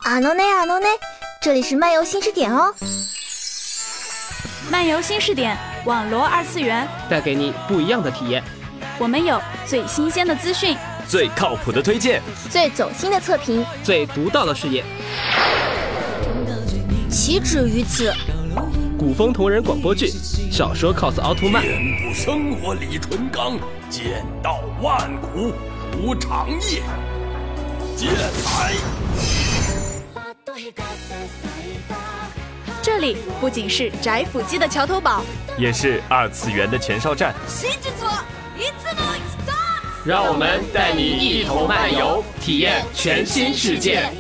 这里是漫游新视点哦。 漫游新视点，网罗二次元， 带给你不一样的体验。 我们有最新鲜的资讯， 最靠谱的推荐， 最走心的测评， 最独到的视野， 岂止于此。 古风同人广播剧，小说 cos 奥特曼， 遍布生活李纯刚，剑道万古如长夜，剑来。 这里不仅是宅腐姬的桥头堡， 也是二次元的前哨站。 让我们带你一同漫游，体验全新世界。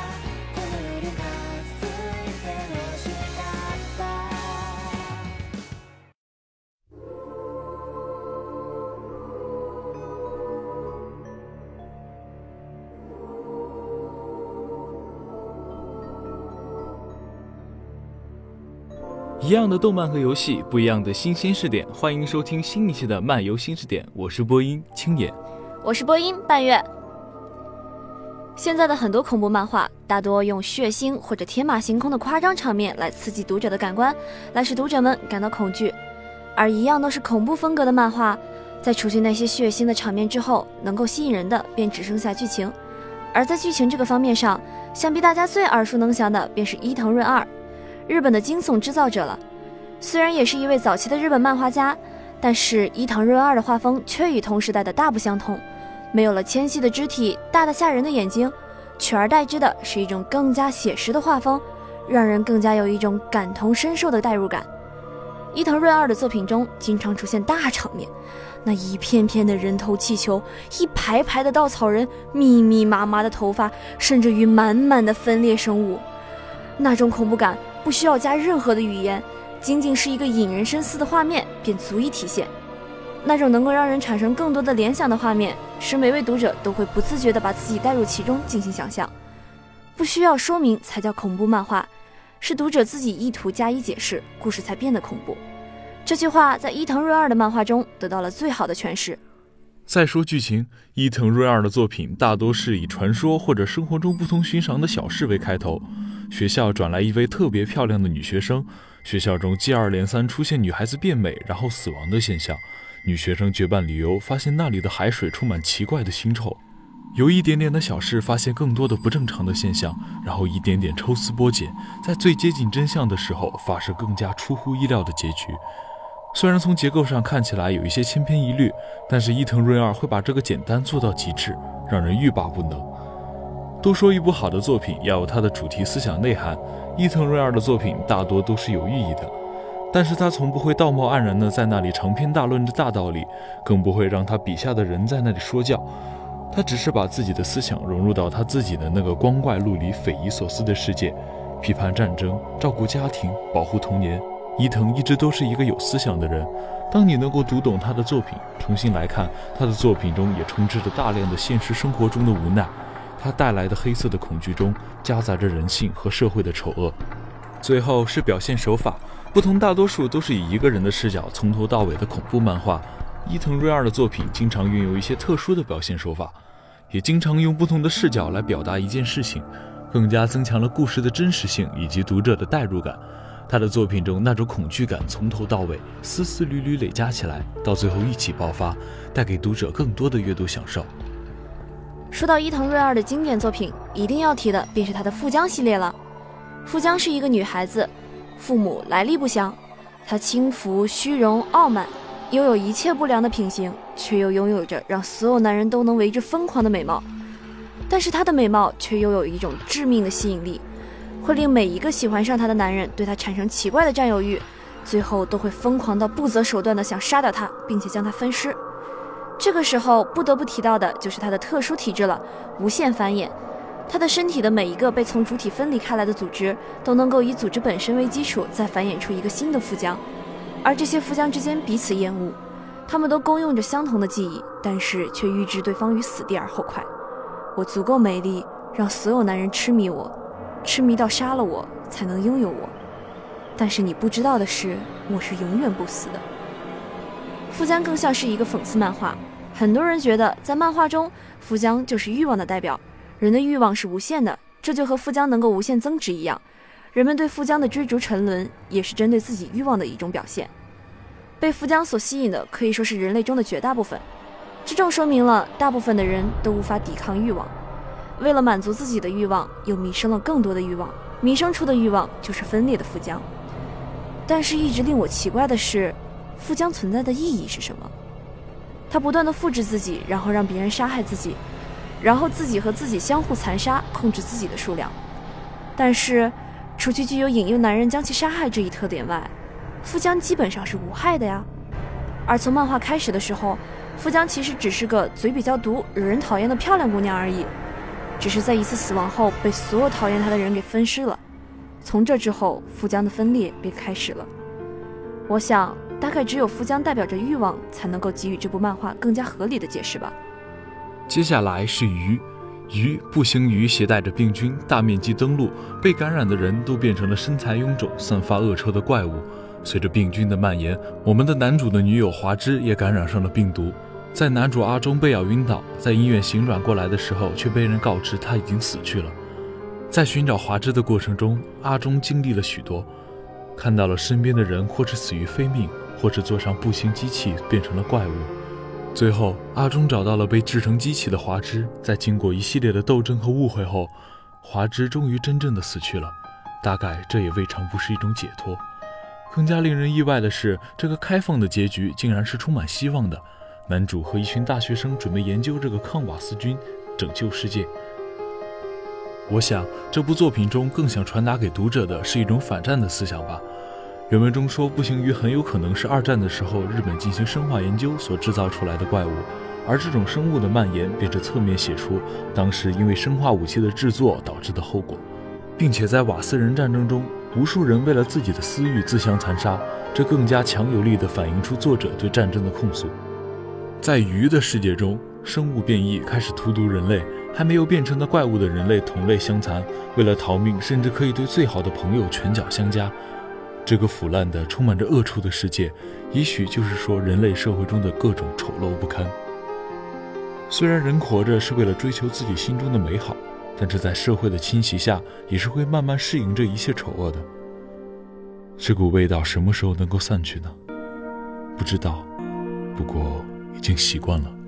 一样的动漫和游戏，不一样的新鲜视点，欢迎收听新一期的漫游新视点，我是播音青野， 我是播音半月。现在的很多恐怖漫画大多用血腥或者天马行空的夸张场面来刺激读者的感官，来使读者们感到恐惧。而一样都是恐怖风格的漫画，在除去那些血腥的场面之后，能够吸引人的便只剩下剧情。而在剧情这个方面上，想必大家最耳熟能详的便是伊藤润二，日本的惊悚制造者了。虽然也是一位早期的日本漫画家，但是伊藤润二的画风却与同时代的大不相同，没有了纤细的肢体、大的吓人的眼睛，取而代之的是一种更加写实的画风，让人更加有一种感同身受的代入感。伊藤润二的作品中经常出现大场面，那一片片的人头气球，一排排的稻草人，密密麻麻的头发，甚至于满满的分裂生物，那种恐怖感不需要加任何的语言，仅仅是一个引人深思的画面便足以体现。那种能够让人产生更多的联想的画面，使每位读者都会不自觉地把自己带入其中进行想象。不需要说明才叫恐怖漫画，是读者自己意图加以解释，故事才变得恐怖。这句话在伊藤润二的漫画中得到了最好的诠释。 再说剧情，伊藤润二的作品大多是以传说或者生活中不同寻常的小事为开头。学校转来一位特别漂亮的女学生，学校中接二连三出现女孩子变美然后死亡的现象。女学生结伴旅游，发现那里的海水充满奇怪的腥臭。由一点点的小事发现更多的不正常的现象，然后一点点抽丝剥茧，在最接近真相的时候发生更加出乎意料的结局。虽然从结构上看起来有一些千篇一律，但是伊藤润二会把这个简单做到极致，让人欲罢不能。都说一部好的作品要有它的主题思想内涵，伊藤润二的作品大多都是有寓意的，但是他从不会道貌岸然的在那里长篇大论着大道理，更不会让他笔下的人在那里说教，他只是把自己的思想融入到他自己的那个光怪陆离匪夷所思的世界，批判战争，照顾家庭，保护童年。伊藤一直都是一个有思想的人，当你能够读懂他的作品，重新来看他的作品中也充斥着大量的现实生活中的无奈，他带来的黑色的恐惧中夹杂着人性和社会的丑恶。最后是表现手法，不同大多数都是以一个人的视角从头到尾的恐怖漫画。伊藤润二的作品经常运用一些特殊的表现手法，也经常用不同的视角来表达一件事情，更加增强了故事的真实性以及读者的代入感。他的作品中那种恐惧感从头到尾丝丝缕缕累加起来，到最后一起爆发，带给读者更多的阅读享受。 说到伊藤润二的经典作品，一定要提的便是他的富江系列了。富江是一个女孩子，父母来历不详，她轻浮、虚荣、傲慢，拥有一切不良的品行，却又拥有着让所有男人都能为之疯狂的美貌。但是她的美貌却又有一种致命的吸引力，会令每一个喜欢上她的男人对她产生奇怪的占有欲，最后都会疯狂到不择手段的想杀掉她，并且将她分尸。这个时候不得不提到的就是她的特殊体质了，无限繁衍。她的身体的每一个被从主体分离开来的组织，都能够以组织本身为基础，再繁衍出一个新的富江。而这些富江之间彼此厌恶，他们都共用着相同的记忆，但是却预置对方于死地而后快。我足够美丽，让所有男人痴迷我，痴迷到杀了我才能拥有我。但是你不知道的是，我是永远不死的。富江更像是一个讽刺漫画，很多人觉得在漫画中，富江就是欲望的代表，人的欲望是无限的， 这就和富江能够无限增值一样，人们对富江的追逐沉沦也是针对自己欲望的一种表现。被富江所吸引的可以说是人类中的绝大部分，这正说明了大部分的人都无法抵抗欲望，为了满足自己的欲望，又弥生了更多的欲望，弥生出的欲望就是分裂的富江。但是一直令我奇怪的是，富江存在的意义是什么？他不断地复制自己，然后让别人杀害自己，然后自己和自己相互残杀，控制自己的数量。但是除去具有引诱男人将其杀害这一特点外，富江基本上是无害的呀。而从漫画开始的时候，富江其实只是个嘴比较毒、惹人讨厌的漂亮姑娘而已，只是在一次死亡后被所有讨厌她的人给分尸了。从这之后，富江的分裂便开始了。我想大概只有富江代表着欲望，才能够给予这部漫画更加合理的解释吧。 接下来是鱼。鱼步行鱼携带着病菌大面积登陆，被感染的人都变成了身材臃肿、散发恶臭的怪物。随着病菌的蔓延，我们的男主的女友华枝也感染上了病毒。在男主阿忠被咬晕倒，在医院醒转过来的时候，却被人告知他已经死去了。在寻找华枝的过程中，阿忠经历了许多，看到了身边的人或是死于非命，或是坐上步行机器变成了怪物。最后，阿忠找到了被制成机器的华枝，在经过一系列的斗争和误会后，华枝终于真正的死去了。大概这也未尝不是一种解脱。更加令人意外的是，这个开放的结局竟然是充满希望的。男主和一群大学生准备研究这个抗瓦斯菌，拯救世界。我想，这部作品中更想传达给读者的是一种反战的思想吧。原文中说，步行鱼很有可能是2战的时候日本进行生化研究所制造出来的怪物，而这种生物的蔓延便是侧面写出当时因为生化武器的制作导致的后果，并且在瓦斯人战争中，无数人为了自己的私欲自相残杀，这更加强有力地反映出作者对战争的控诉。在鱼的世界中，生物变异开始荼毒人类，还没有变成的怪物的人类同类相残，为了逃命甚至可以对最好的朋友拳脚相加。这个腐烂的充满着恶臭的世界，也许就是说人类社会中的各种丑陋不堪。虽然人活着是为了追求自己心中的美好，但是在社会的侵袭下，也是会慢慢适应这一切丑恶的。这股味道什么时候能够散去呢？不知道，不过已经习惯了。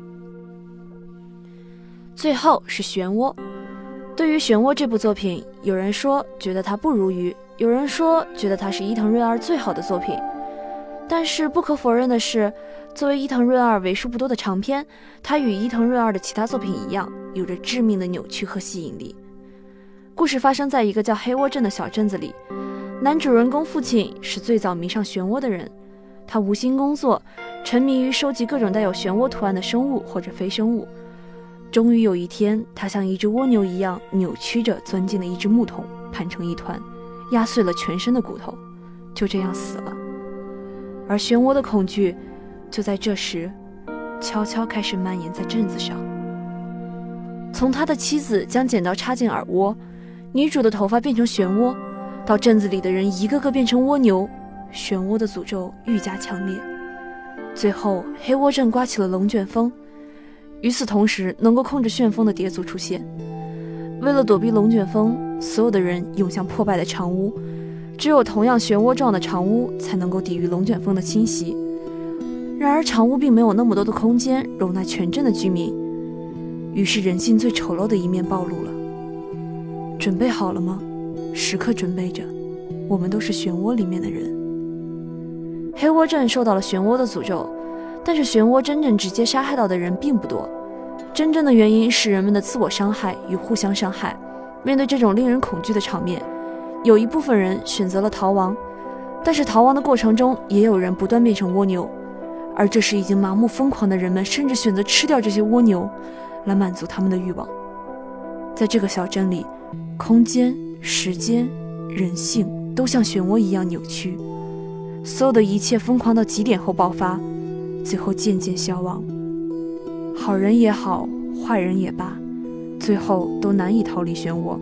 最后是漩涡。对于漩涡这部作品，有人说觉得它不如鱼，有人说觉得它是伊藤润二最好的作品。但是不可否认的是，作为伊藤润二为数不多的长篇，它与伊藤润二的其他作品一样，有着致命的扭曲和吸引力。故事发生在一个叫黑涡镇的小镇子里，男主人公父亲是最早迷上漩涡的人，他无心工作，沉迷于收集各种带有漩涡图案的生物或者非生物。终于有一天，他像一只蜗牛一样扭曲着钻进了一只木桶，盘成一团，压碎了全身的骨头，就这样死了。而漩涡的恐惧就在这时悄悄开始蔓延在镇子上。从他的妻子将剪刀插进耳蜗，女主的头发变成漩涡，到镇子里的人一个个变成蜗牛，漩涡的诅咒愈加强烈。最后黑涡镇刮起了龙卷风，与此同时，能够控制旋风的蝶族出现。为了躲避龙卷风，所有的人涌向破败的长屋，只有同样漩涡状的长屋才能够抵御龙卷风的侵袭。然而长屋并没有那么多的空间容纳全镇的居民，于是人性最丑陋的一面暴露了。准备好了吗？时刻准备着，我们都是漩涡里面的人。黑涡镇受到了漩涡的诅咒，但是漩涡真正直接杀害到的人并不多，真正的原因是人们的自我伤害与互相伤害。面对这种令人恐惧的场面，有一部分人选择了逃亡，但是逃亡的过程中也有人不断变成蜗牛，而这时已经麻木疯狂的人们甚至选择吃掉这些蜗牛来满足他们的欲望。在这个小镇里，空间、时间、人性都像漩涡一样扭曲，所有的一切疯狂到极点后爆发，最后渐渐消亡。好人也好，坏人也罢，最后都难以逃离漩涡。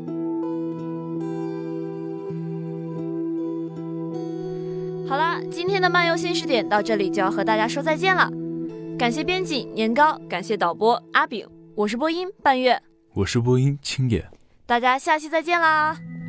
好啦，今天的漫游新视点到这里就要和大家说再见了。感谢编辑年糕，感谢导播阿炳，我是播音半月， 我是播音青野。 大家下期再见啦！